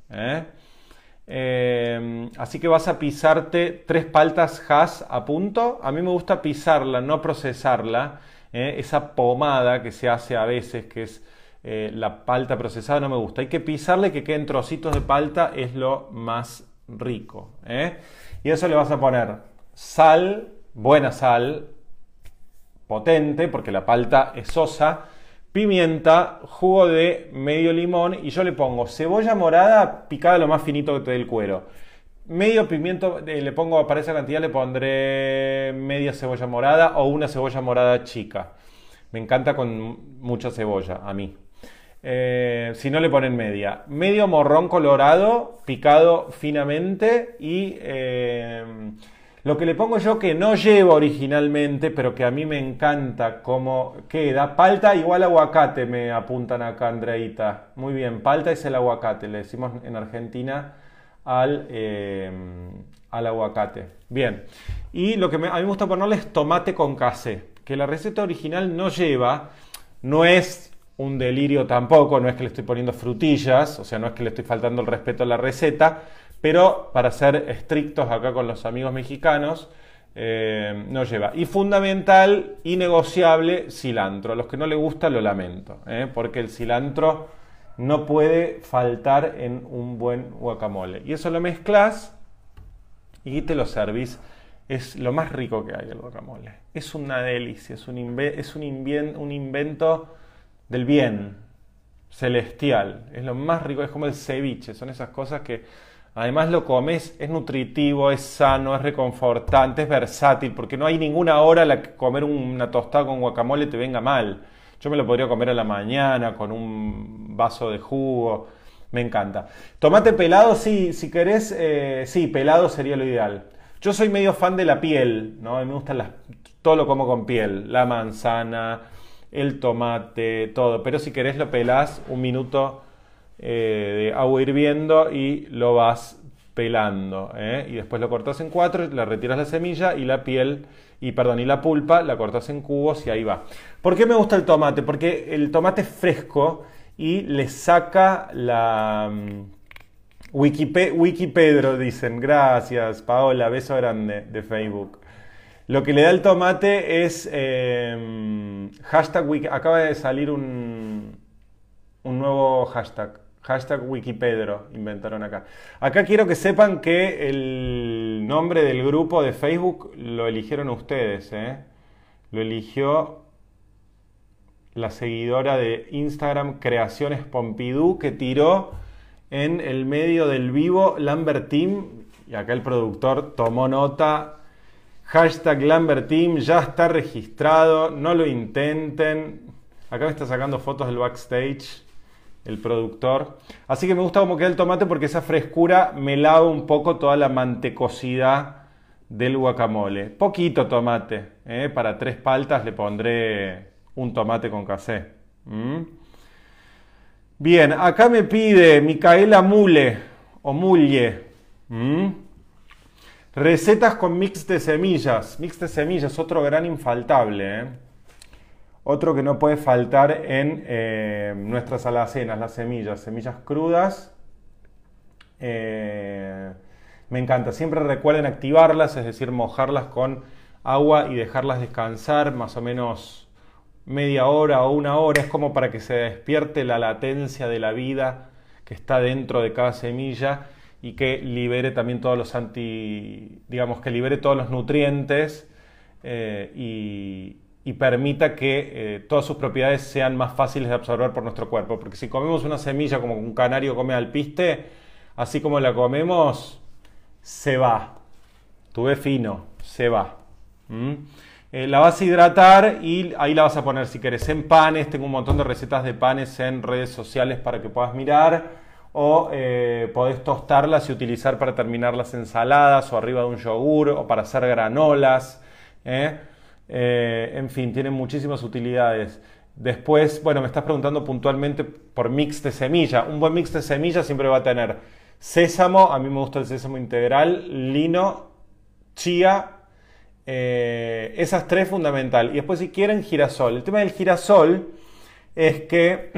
Así que vas a pisarte 3 paltas Hass a punto. A mí me gusta pisarla, no procesarla. Esa pomada que se hace a veces, que es La palta procesada no me gusta. Hay que pisarle y que queden trocitos de palta, es lo más rico. Y a eso le vas a poner sal, buena sal, potente, porque la palta es sosa, pimienta, jugo de medio limón y yo le pongo cebolla morada picada lo más finito que te dé el cuero. Medio pimiento, le pongo para esa cantidad le pondré media cebolla morada o una cebolla morada chica. Me encanta con mucha cebolla, a mí. Si no le ponen media. Medio morrón colorado, picado finamente y lo que le pongo yo que no llevo originalmente, pero que a mí me encanta cómo queda. Palta igual aguacate, me apuntan acá, Andreita. Muy bien, palta es el aguacate, le decimos en Argentina al aguacate. Bien, y lo que a mí me gusta ponerle es tomate con casé, que la receta original no lleva, no es un delirio tampoco, no es que le estoy poniendo frutillas, o sea, no es que le estoy faltando el respeto a la receta, pero para ser estrictos acá con los amigos mexicanos, no lleva. Y fundamental, innegociable, cilantro. A los que no les gusta lo lamento, porque el cilantro no puede faltar en un buen guacamole. Y eso lo mezclas y te lo servís. Es lo más rico que hay el guacamole. Es una delicia, es un invento del bien, celestial. Es lo más rico, es como el ceviche. Son esas cosas que además lo comes, es nutritivo, es sano, es reconfortante, es versátil, porque no hay ninguna hora a la que comer una tostada con guacamole te venga mal. Yo me lo podría comer a la mañana con un vaso de jugo. Me encanta. Tomate pelado, sí, si querés, sí, pelado sería lo ideal. Yo soy medio fan de la piel, ¿no? A mí me gustan todo lo como con piel. La manzana, el tomate, todo. Pero si querés lo pelás un minuto de agua hirviendo y lo vas pelando. Y después lo cortás en cuatro, le retiras la semilla y la piel, y la pulpa la cortás en cubos y ahí va. ¿Por qué me gusta el tomate? Porque el tomate es fresco y le saca la... Wikipedro dicen, gracias Paola, beso grande de Facebook. Lo que le da el tomate es hashtag acaba de salir un nuevo hashtag Wikipedro, inventaron acá. Acá quiero que sepan que el nombre del grupo de Facebook lo eligieron ustedes, lo eligió la seguidora de Instagram Creaciones Pompidou, que tiró en el medio del vivo Lambert Team, y acá el productor tomó nota. Hashtag Lambert Team ya está registrado, no lo intenten. Acá me está sacando fotos del backstage el productor. Así que me gusta cómo queda el tomate porque esa frescura me lava un poco toda la mantecosidad del guacamole. Poquito tomate, para 3 paltas le pondré un tomate con casé. Bien, acá me pide Micaela Mule o Mulle. Recetas con mix de semillas. Mix de semillas, otro gran infaltable. Otro que no puede faltar en nuestras alacenas, las semillas crudas. Me encanta. Siempre recuerden activarlas, es decir, mojarlas con agua y dejarlas descansar más o menos media hora o una hora. Es como para que se despierte la latencia de la vida que está dentro de cada semilla y que libere también todos los que libere todos los nutrientes y permita que todas sus propiedades sean más fáciles de absorber por nuestro cuerpo. Porque si comemos una semilla como un canario come alpiste, así como la comemos, se va. Tuve fino, se va. La vas a hidratar y ahí la vas a poner, si querés, en panes. Tengo un montón de recetas de panes en redes sociales para que puedas mirar. O podés tostarlas y utilizar para terminar las ensaladas o arriba de un yogur o para hacer granolas. En fin, tienen muchísimas utilidades. Después, bueno, me estás preguntando puntualmente por mix de semilla. Un buen mix de semilla siempre va a tener sésamo, a mí me gusta el sésamo integral, lino, chía, esas 3 fundamental. Y después si quieren girasol. El tema del girasol es que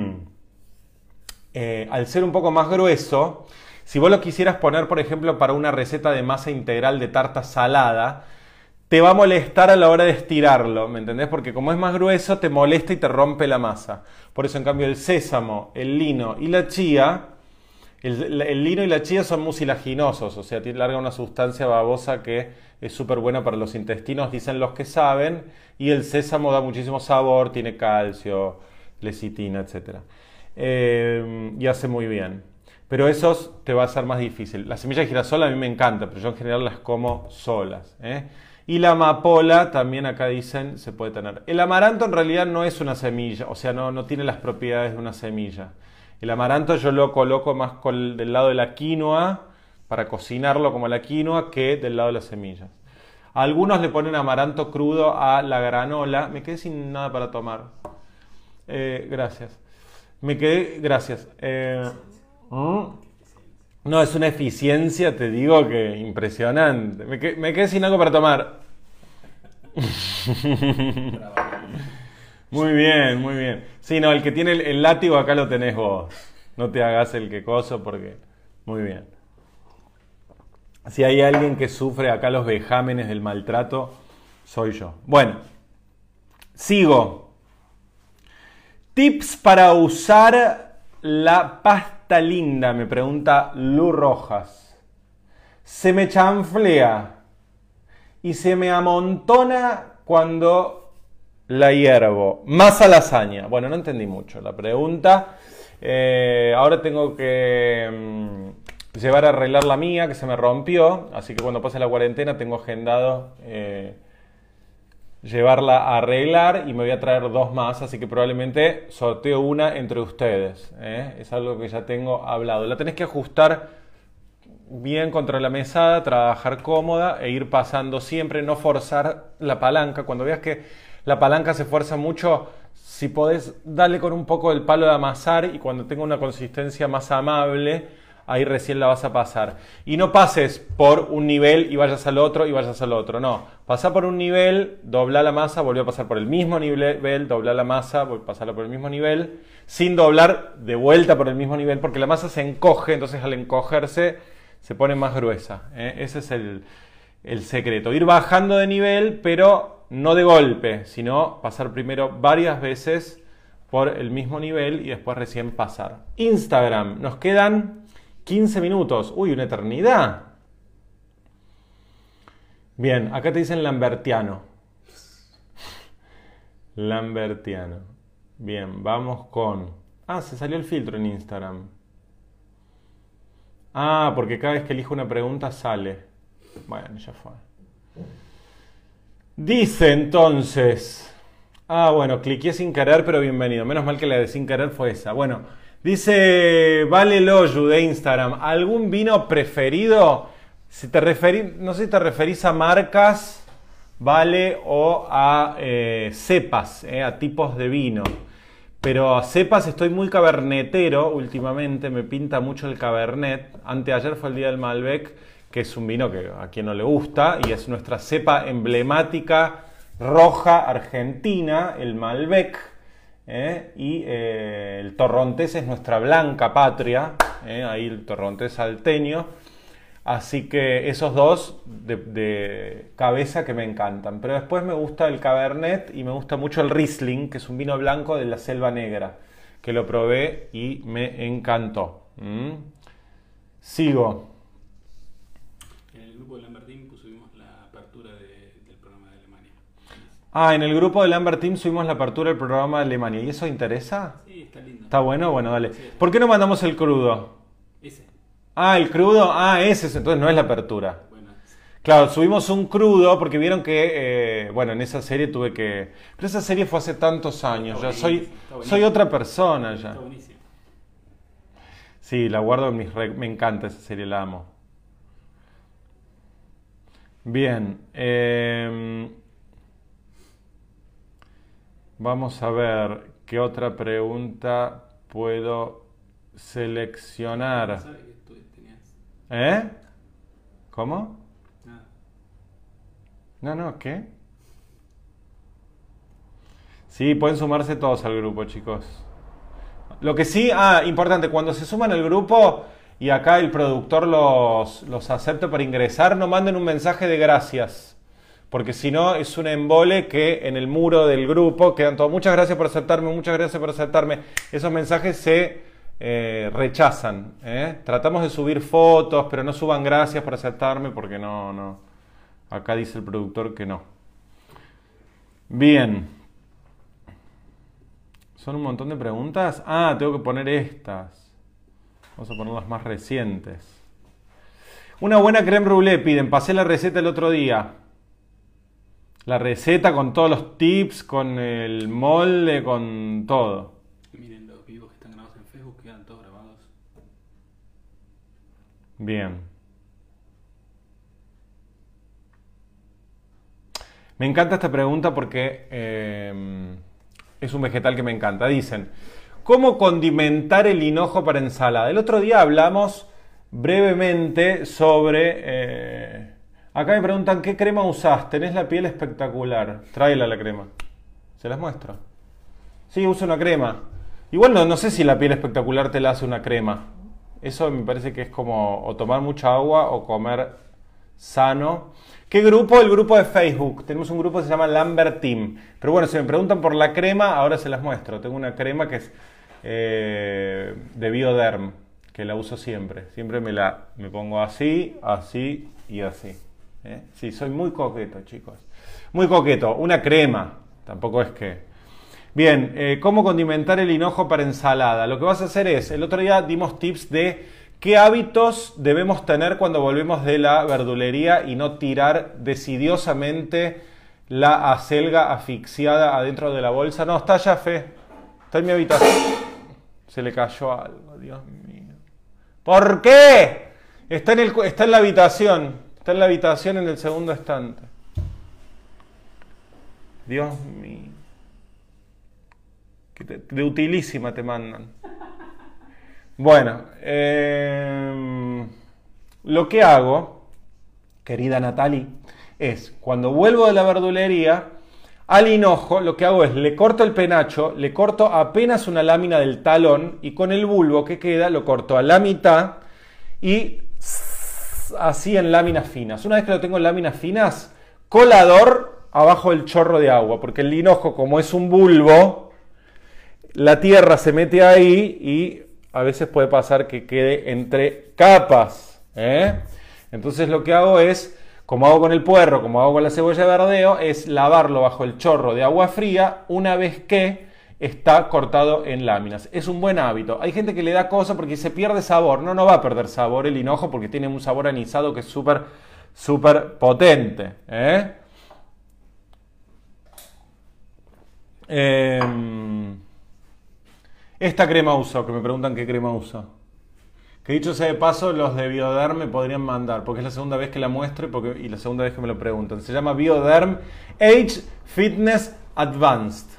al ser un poco más grueso, si vos lo quisieras poner, por ejemplo, para una receta de masa integral de tarta salada, te va a molestar a la hora de estirarlo, ¿me entendés? Porque como es más grueso, te molesta y te rompe la masa. Por eso, en cambio, el sésamo, el lino y la chía, el lino y la chía son mucilaginosos, o sea, larga una sustancia babosa que es súper buena para los intestinos, dicen los que saben, y el sésamo da muchísimo sabor, tiene calcio, lecitina, etc. Y hace muy bien. Pero esos te va a ser más difícil. La semilla de girasol a mí me encanta, pero yo en general las como solas, ¿eh? Y la amapola también acá dicen se puede tener. El amaranto en realidad no es una semilla, o sea, no tiene las propiedades de una semilla. El amaranto yo lo coloco más del lado de la quinoa, para cocinarlo como la quinoa, que del lado de las semillas. Algunos le ponen amaranto crudo a la granola. Me quedé sin nada para tomar. Gracias. Gracias. No, es una eficiencia, te digo que impresionante. Me quedé sin algo para tomar. Muy bien, muy bien. Sí, no, el que tiene el látigo acá lo tenés vos. No te hagas el que coso porque... Muy bien. Si hay alguien que sufre acá los vejámenes del maltrato, soy yo. Bueno, sigo. Tips para usar la pasta linda, me pregunta Lu Rojas. Se me chanflea y se me amontona cuando la hiervo. Masa lasaña. Bueno, no entendí mucho la pregunta. Ahora tengo que llevar a arreglar la mía, que se me rompió. Así que cuando pase la cuarentena tengo agendado llevarla a arreglar y me voy a traer 2 más. Así que probablemente sorteo una entre ustedes. Es algo que ya tengo hablado. La tenés que ajustar bien contra la mesada, trabajar cómoda e ir pasando siempre, no forzar la palanca. Cuando veas que la palanca se fuerza mucho, si podés, dale con un poco del palo de amasar y cuando tenga una consistencia más amable, ahí recién la vas a pasar. Y no pases por un nivel y vayas al otro y vayas al otro. No, pasá por un nivel, dobla la masa, volví a pasar por el mismo nivel, dobla la masa, pasarla por el mismo nivel, sin doblar de vuelta por el mismo nivel, porque la masa se encoge, entonces al encogerse se pone más gruesa. Ese es el secreto. Ir bajando de nivel, pero no de golpe, sino pasar primero varias veces por el mismo nivel y después recién pasar. Instagram, nos quedan 15 minutos. Uy, una eternidad. Bien, acá te dicen Lambertiano. Lambertiano. Bien, vamos con... Ah, se salió el filtro en Instagram. Ah, porque cada vez que elijo una pregunta sale. Bueno, ya fue. Dice entonces... Ah, bueno, cliqué sin querer, pero bienvenido. Menos mal que la de sin querer fue esa. Bueno, dice Vale Loyu de Instagram. ¿Algún vino preferido? Si te no sé si te referís a marcas, Vale, o a cepas, a tipos de vino. Pero a cepas estoy muy cabernetero últimamente, me pinta mucho el cabernet. Anteayer fue el día del Malbec, que es un vino que a quien no le gusta, y es nuestra cepa emblemática roja argentina, el Malbec. Y el torrontés es nuestra blanca patria, ahí el torrontés salteño. Así que esos dos de cabeza que me encantan. Pero después me gusta el Cabernet y me gusta mucho el Riesling, que es un vino blanco de la Selva Negra, que lo probé y me encantó. Sigo. En el grupo de Lambert Team subimos la apertura del programa de Alemania. Ah, en el grupo de Lambert Team subimos la apertura del programa de Alemania. ¿Y eso interesa? Sí, está lindo. ¿Está bueno? Bueno, dale. ¿Por qué no mandamos el crudo? Ese. Ah, el crudo. Ah, ese, entonces no es la apertura. Bueno, Claro, subimos un crudo porque vieron que, bueno, en esa serie tuve que... Pero esa serie fue hace tantos años, ya soy otra persona ya. está buenísimo. Sí, la guardo en mis... Me encanta esa serie, la amo. Bien. Vamos a ver qué otra pregunta puedo seleccionar. ¿Sabes que tú tenías? ¿Eh? ¿Cómo? Nada. No, ¿qué? Sí, pueden sumarse todos al grupo, chicos. Lo que sí, importante, cuando se suman al grupo y acá el productor los acepta para ingresar, no manden un mensaje de gracias, porque si no es un embole que en el muro del grupo quedan todos, muchas gracias por aceptarme, muchas gracias por aceptarme. Esos mensajes se rechazan. Tratamos de subir fotos, pero no suban gracias por aceptarme porque no. Acá dice el productor que no. Bien. Son un montón de preguntas. Ah, tengo que poner estas. Vamos a poner las más recientes. Una buena crème brûlée piden. Pasé la receta el otro día. La receta con todos los tips, con el molde, con todo. Miren los vivos que están grabados en Facebook, quedan todos grabados. Bien. Me encanta esta pregunta porque es un vegetal que me encanta. Dicen, ¿cómo condimentar el hinojo para ensalada? El otro día hablamos brevemente sobre... acá me preguntan, ¿qué crema usás? Tenés la piel espectacular. Tráela la crema. ¿Se las muestro? Sí, uso una crema. Igual no sé si la piel espectacular te la hace una crema. Eso me parece que es como o tomar mucha agua o comer sano. ¿Qué grupo? El grupo de Facebook. Tenemos un grupo que se llama Lambert Team. Pero bueno, si me preguntan por la crema, ahora se las muestro. Tengo una crema que es de Bioderm, que la uso siempre. Siempre me pongo así, así y así. Sí, soy muy coqueto, chicos. Muy coqueto. Una crema. Tampoco es que... Bien, ¿cómo condimentar el hinojo para ensalada? Lo que vas a hacer es, el otro día dimos tips de qué hábitos debemos tener cuando volvemos de la verdulería y no tirar decidiosamente la acelga asfixiada adentro de la bolsa. No, está allá, Fe. Está en mi habitación. Se le cayó algo, Dios mío. ¿Por qué? Está en la habitación. Está en la habitación en el segundo estante. Dios mío. De utilísima te mandan. Bueno, lo que hago, querida Natalie, es cuando vuelvo de la verdulería, al hinojo lo que hago es le corto el penacho, le corto apenas una lámina del talón y con el bulbo que queda lo corto a la mitad y así en láminas finas. Una vez que lo tengo en láminas finas, colador abajo del chorro de agua, porque el hinojo, como es un bulbo, la tierra se mete ahí y a veces puede pasar que quede entre capas. Entonces lo que hago es, como hago con el puerro, como hago con la cebolla de verdeo, es lavarlo bajo el chorro de agua fría una vez que está cortado en láminas. Es un buen hábito. Hay gente que le da cosa porque se pierde sabor. No va a perder sabor el hinojo porque tiene un sabor anisado que es súper, súper potente. Esta crema uso, que me preguntan qué crema uso. Que dicho sea de paso, los de Bioderm me podrían mandar, porque es la segunda vez que la muestro y la segunda vez que me lo preguntan. Se llama Bioderm Age Fitness Advanced.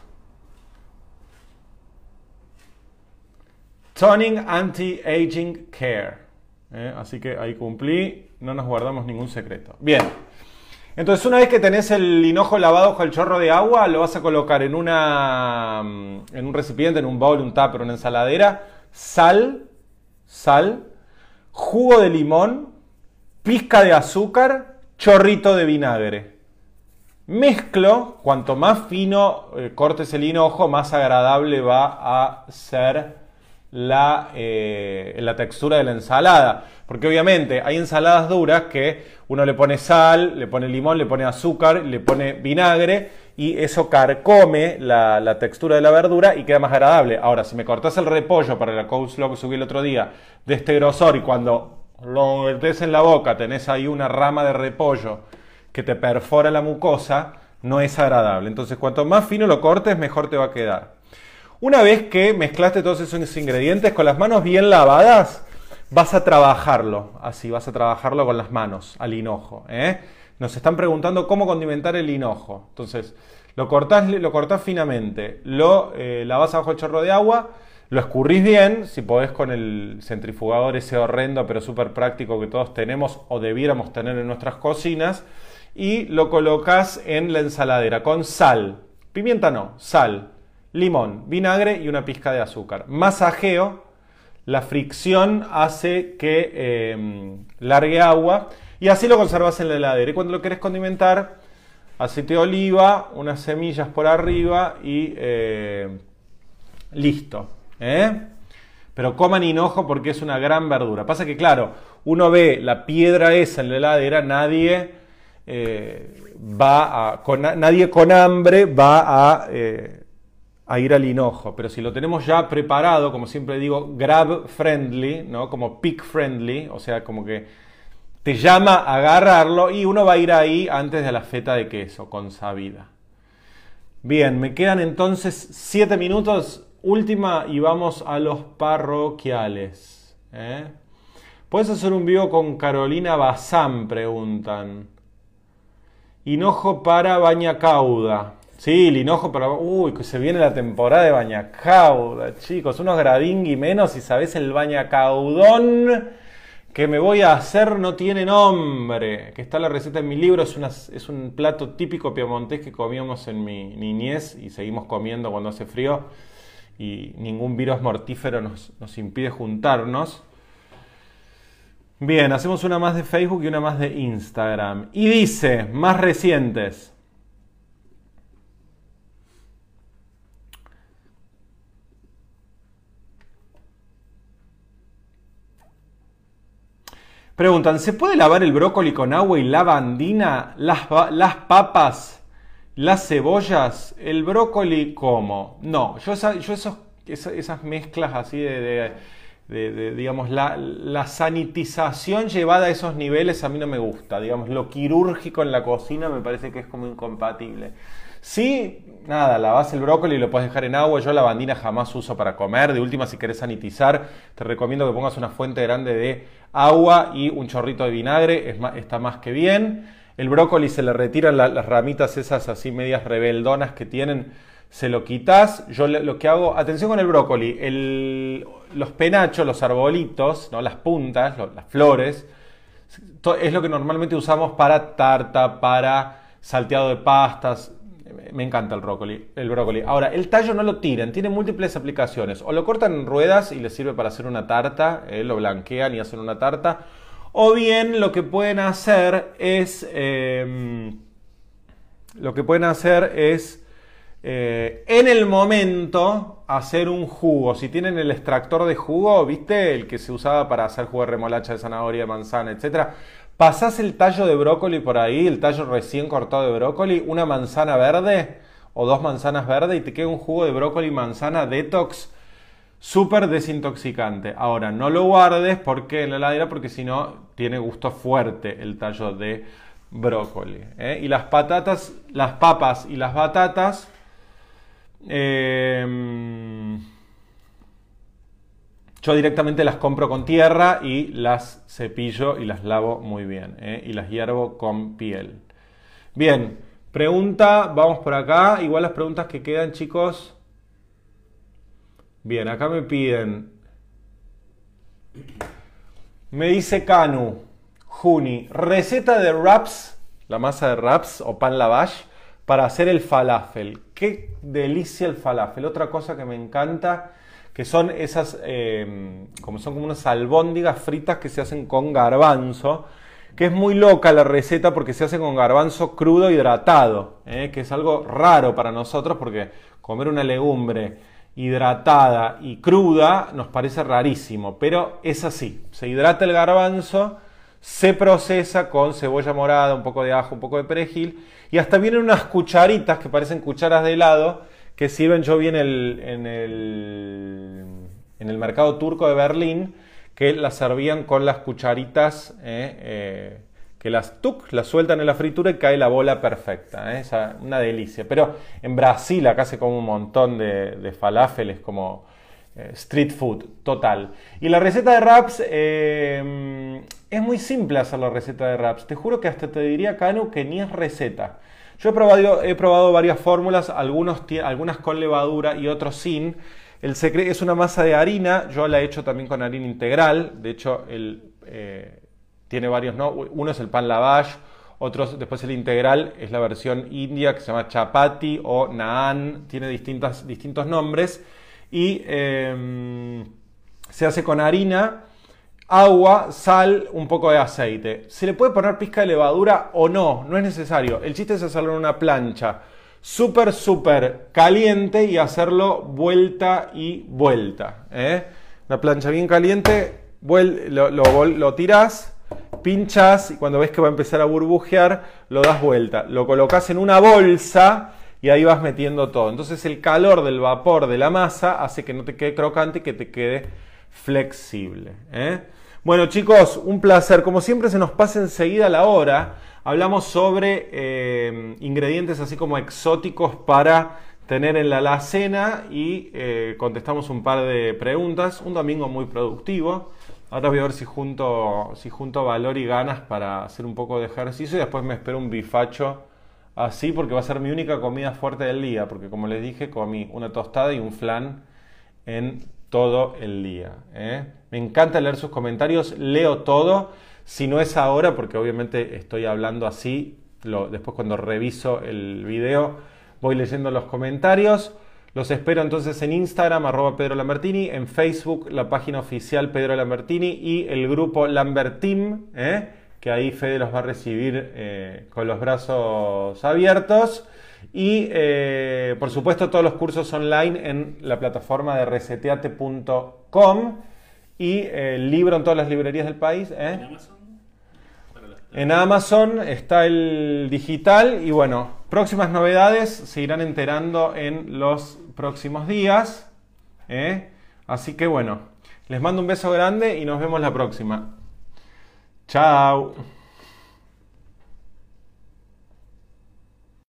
Toning Anti-Aging Care. Así que ahí cumplí, no nos guardamos ningún secreto. Bien. Entonces, una vez que tenés el hinojo lavado con el chorro de agua, lo vas a colocar en un recipiente, en un bowl, un tupper, una ensaladera, sal, jugo de limón, pizca de azúcar, chorrito de vinagre. Mezclo, cuanto más fino cortes el hinojo, más agradable va a ser la textura de la ensalada. Porque obviamente hay ensaladas duras que uno le pone sal, le pone limón, le pone azúcar, le pone vinagre y eso carcome la textura de la verdura y queda más agradable. Ahora, si me cortás el repollo para la coleslaw que subí el otro día de este grosor y cuando lo metés en la boca tenés ahí una rama de repollo que te perfora la mucosa, no es agradable. Entonces, cuanto más fino lo cortes, mejor te va a quedar. Una vez que mezclaste todos esos ingredientes con las manos bien lavadas, vas a trabajarlo, así, vas a trabajarlo con las manos al hinojo. Nos están preguntando cómo condimentar el hinojo. Entonces, lo cortás finamente, lo lavas abajo el chorro de agua, lo escurrís bien, si podés con el centrifugador ese horrendo pero súper práctico que todos tenemos o debiéramos tener en nuestras cocinas, y lo colocas en la ensaladera con sal, pimienta no, sal, limón, vinagre y una pizca de azúcar. Masajeo, la fricción hace que largue agua y así lo conservas en la heladera. Y cuando lo querés condimentar, aceite de oliva, unas semillas por arriba y listo. Pero coman hinojo porque es una gran verdura. Pasa que, claro, uno ve la piedra esa en la heladera, nadie nadie con hambre va a ir al hinojo. Pero si lo tenemos ya preparado, como siempre digo, grab friendly, ¿no? Como pick friendly, o sea, como que te llama a agarrarlo y uno va a ir ahí antes de la feta de queso, consabida. Bien, me quedan entonces 7 minutos. Última y vamos a los parroquiales. ¿Puedes hacer un vivo con Carolina Bazán? Preguntan. Hinojo para Bañacauda. Sí, el hinojo para... Uy, que se viene la temporada de Bañacauda, chicos. Unos gradingui menos y sabés el bañacaudón que me voy a hacer no tiene nombre. Que está la receta en mi libro. Es un plato típico piemontés que comíamos en mi niñez y seguimos comiendo cuando hace frío. Y ningún virus mortífero nos impide juntarnos. Bien, hacemos una más de Facebook y una más de Instagram. Y dice, más recientes. Preguntan, ¿se puede lavar el brócoli con agua y lavandina? Las papas... Las cebollas, el brócoli, ¿cómo? No, esas mezclas así digamos, la sanitización llevada a esos niveles a mí no me gusta. Digamos, lo quirúrgico en la cocina me parece que es como incompatible. Sí, nada, lavas el brócoli y lo puedes dejar en agua. Yo lavandina jamás uso para comer. De última, si querés sanitizar, te recomiendo que pongas una fuente grande de agua y un chorrito de vinagre. Está más que bien. El brócoli se le retiran las ramitas esas así medias rebeldonas que tienen, se lo quitas. Yo lo que hago, atención con el brócoli, los penachos, los arbolitos, ¿no? Las puntas, las flores, es lo que normalmente usamos para tarta, para salteado de pastas. Me encanta el brócoli. Ahora, el tallo no lo tiran, tiene múltiples aplicaciones. O lo cortan en ruedas y les sirve para hacer una tarta, lo blanquean y hacen una tarta. O bien lo que pueden hacer es en el momento hacer un jugo. Si tienen el extractor de jugo, ¿viste? El que se usaba para hacer jugo de remolacha, de zanahoria, de manzana, etc. Pasás el tallo de brócoli por ahí, el tallo recién cortado de brócoli, una manzana verde o 2 manzanas verdes y te queda un jugo de brócoli y manzana detox súper desintoxicante. Ahora, no lo guardes en la heladera porque si no tiene gusto fuerte el tallo de brócoli. Y las papas y las batatas, yo directamente las compro con tierra y las cepillo y las lavo muy bien. Y las hiervo con piel. Bien, vamos por acá. Igual las preguntas que quedan, chicos. Bien, acá me piden. Me dice Canu, Juni, receta de wraps, la masa de wraps o pan lavash para hacer el falafel. Qué delicia el falafel. Otra cosa que me encanta, que son esas, son como unas albóndigas fritas que se hacen con garbanzo, que es muy loca la receta porque se hace con garbanzo crudo hidratado, que es algo raro para nosotros porque comer una legumbre hidratada y cruda nos parece rarísimo, pero es así. Se hidrata el garbanzo, se procesa con cebolla morada, un poco de ajo, un poco de perejil y hasta vienen unas cucharitas que parecen cucharas de helado que sirven. Yo vi en el mercado turco de Berlín que las servían con las cucharitas que las sueltan en la fritura y cae la bola perfecta. Una delicia. Pero en Brasil acá se come un montón de falafeles como street food, total. Y la receta de wraps, es muy simple hacer la receta de wraps. Te juro que hasta te diría, Canu, que ni es receta. Yo he probado varias fórmulas, algunas con levadura y otras sin. El secreto es una masa de harina, yo la he hecho también con harina integral. De hecho, tiene varios, ¿no? Uno es el pan lavash, después el integral es la versión india que se llama chapati o naan, tiene distintos nombres y se hace con harina. agua, sal, un poco de aceite. ¿Se le puede poner pizca de levadura o no? No es necesario. El chiste es hacerlo en una plancha súper caliente y hacerlo vuelta y vuelta. Una plancha bien caliente, lo tirás, pinchás y cuando ves que va a empezar a burbujear, lo das vuelta. Lo colocas en una bolsa y ahí vas metiendo todo. Entonces el calor del vapor de la masa hace que no te quede crocante y que te quede flexible. Bueno, chicos, un placer. Como siempre se nos pasa enseguida la hora. Hablamos sobre ingredientes así como exóticos para tener en la alacena y contestamos un par de preguntas. Un domingo muy productivo. Ahora voy a ver si junto valor y ganas para hacer un poco de ejercicio y después me espero un bifacho así porque va a ser mi única comida fuerte del día. Porque como les dije, comí una tostada y un flan en todo el día. Me encanta leer sus comentarios, leo todo. Si no es ahora, porque obviamente estoy hablando así, después cuando reviso el video voy leyendo los comentarios. Los espero entonces en Instagram, @PedroLambertini, en Facebook, la página oficial Pedro Lambertini y el grupo Lamberteam, que ahí Fede los va a recibir con los brazos abiertos. Y por supuesto todos los cursos online en la plataforma de reseteate.com y el libro en todas las librerías del país. ¿En Amazon? En Amazon está el digital y bueno, próximas novedades se irán enterando en los próximos días. Así que bueno, les mando un beso grande y nos vemos la próxima. Chao.